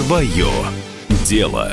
Свое дело.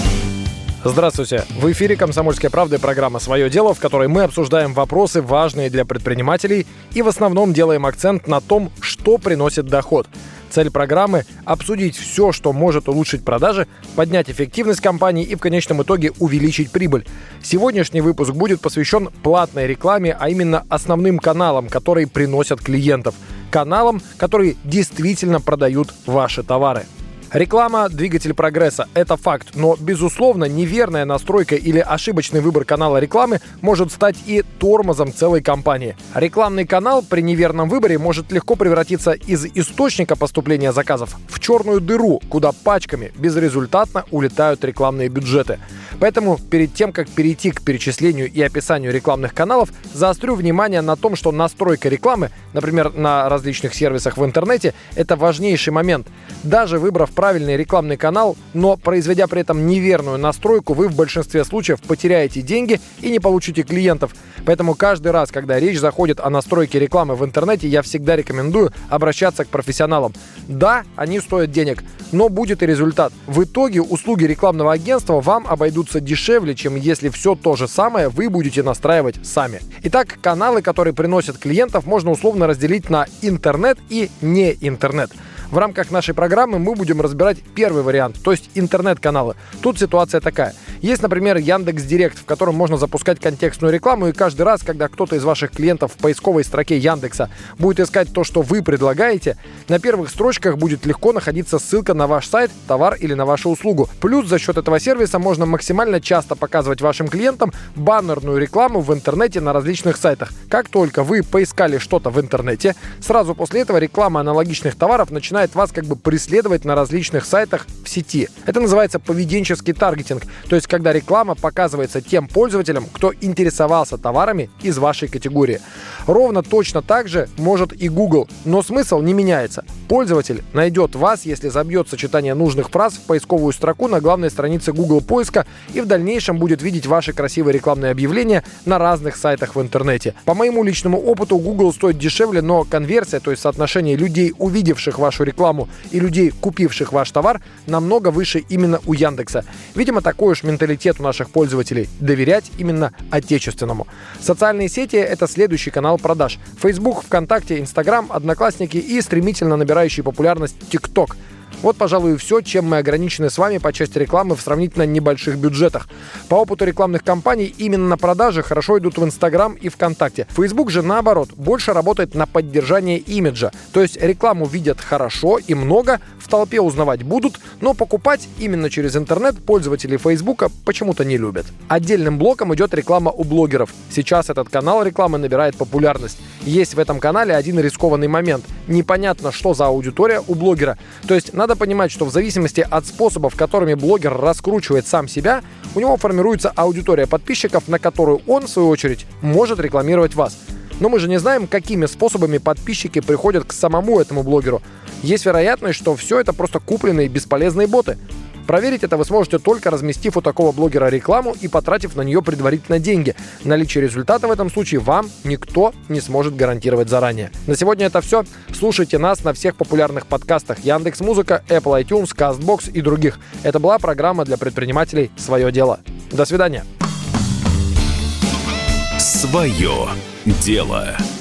Здравствуйте! В эфире «Комсомольская правда» и программа «Свое дело», в которой мы обсуждаем вопросы, важные для предпринимателей, и в основном делаем акцент на том, что приносит доход. Цель программы – обсудить все, что может улучшить продажи, поднять эффективность компании и в конечном итоге увеличить прибыль. Сегодняшний выпуск будет посвящен платной рекламе, а именно основным каналам, которые приносят клиентов. Каналам, которые действительно продают ваши товары. Реклама – двигатель прогресса. Это факт. Но, безусловно, неверная настройка или ошибочный выбор канала рекламы может стать и тормозом целой компании. Рекламный канал при неверном выборе может легко превратиться из источника поступления заказов в черную дыру, куда пачками безрезультатно улетают рекламные бюджеты. Поэтому перед тем, как перейти к перечислению и описанию рекламных каналов, заострю внимание на том, что настройка рекламы, например, на различных сервисах в интернете, это важнейший момент. Даже выбрав правильный рекламный канал, но произведя при этом неверную настройку, вы в большинстве случаев потеряете деньги и не получите клиентов. Поэтому каждый раз, когда речь заходит о настройке рекламы в интернете, я всегда рекомендую обращаться к профессионалам. Да, они стоят денег, но будет и результат. В итоге услуги рекламного агентства вам обойдутся дешевле, чем если все то же самое вы будете настраивать сами. Итак, каналы, которые приносят клиентов, можно условно разделить на интернет и не интернет. В рамках нашей программы мы будем разбирать первый вариант, то есть интернет-каналы. Тут ситуация такая. Есть, например, Яндекс.Директ, в котором можно запускать контекстную рекламу, и каждый раз, когда кто-то из ваших клиентов в поисковой строке Яндекса будет искать то, что вы предлагаете, на первых строчках будет легко находиться ссылка на ваш сайт, товар или на вашу услугу. Плюс за счет этого сервиса можно максимально часто показывать вашим клиентам баннерную рекламу в интернете на различных сайтах. Как только вы поискали что-то в интернете, сразу после этого реклама аналогичных товаров начинает вас как бы преследовать на различных сайтах в сети. Это называется поведенческий таргетинг, то есть когда реклама показывается тем пользователям, кто интересовался товарами из вашей категории. Ровно точно так же может и Google, но смысл не меняется. Пользователь найдет вас, если забьет сочетание нужных фраз в поисковую строку на главной странице Google поиска и в дальнейшем будет видеть ваши красивые рекламные объявления на разных сайтах в интернете. По моему личному опыту, Google стоит дешевле, но конверсия, то есть соотношение людей, увидевших вашу рекламу, и людей, купивших ваш товар, намного выше именно у Яндекса. Видимо, такой уж менталитет у наших пользователей – доверять именно отечественному. Социальные сети – это следующий канал продаж. Facebook, ВКонтакте, Instagram, Одноклассники и стремительно набирающий популярность TikTok. Вот, пожалуй, и все, чем мы ограничены с вами по части рекламы в сравнительно небольших бюджетах. По опыту рекламных кампаний именно продажи хорошо идут в Instagram и ВКонтакте. Facebook же, наоборот, больше работает на поддержание имиджа. То есть рекламу видят хорошо и много, в толпе узнавать будут, но покупать именно через интернет пользователи Фейсбука почему-то не любят. Отдельным блоком идет реклама у блогеров. Сейчас этот канал рекламы набирает популярность. Есть в этом канале один рискованный момент. Непонятно, что за аудитория у блогера. То есть надо понимать, что в зависимости от способов, которыми блогер раскручивает сам себя, у него формируется аудитория подписчиков, на которую он, в свою очередь, может рекламировать вас. Но мы же не знаем, какими способами подписчики приходят к самому этому блогеру. Есть вероятность, что все это просто купленные бесполезные боты. Проверить это вы сможете только разместив у такого блогера рекламу и потратив на нее предварительно деньги. Наличие результата в этом случае вам никто не сможет гарантировать заранее. На сегодня это все. Слушайте нас на всех популярных подкастах Яндекс.Музыка, Apple iTunes, CastBox и других. Это была программа для предпринимателей «Свое дело». До свидания. Свое дело.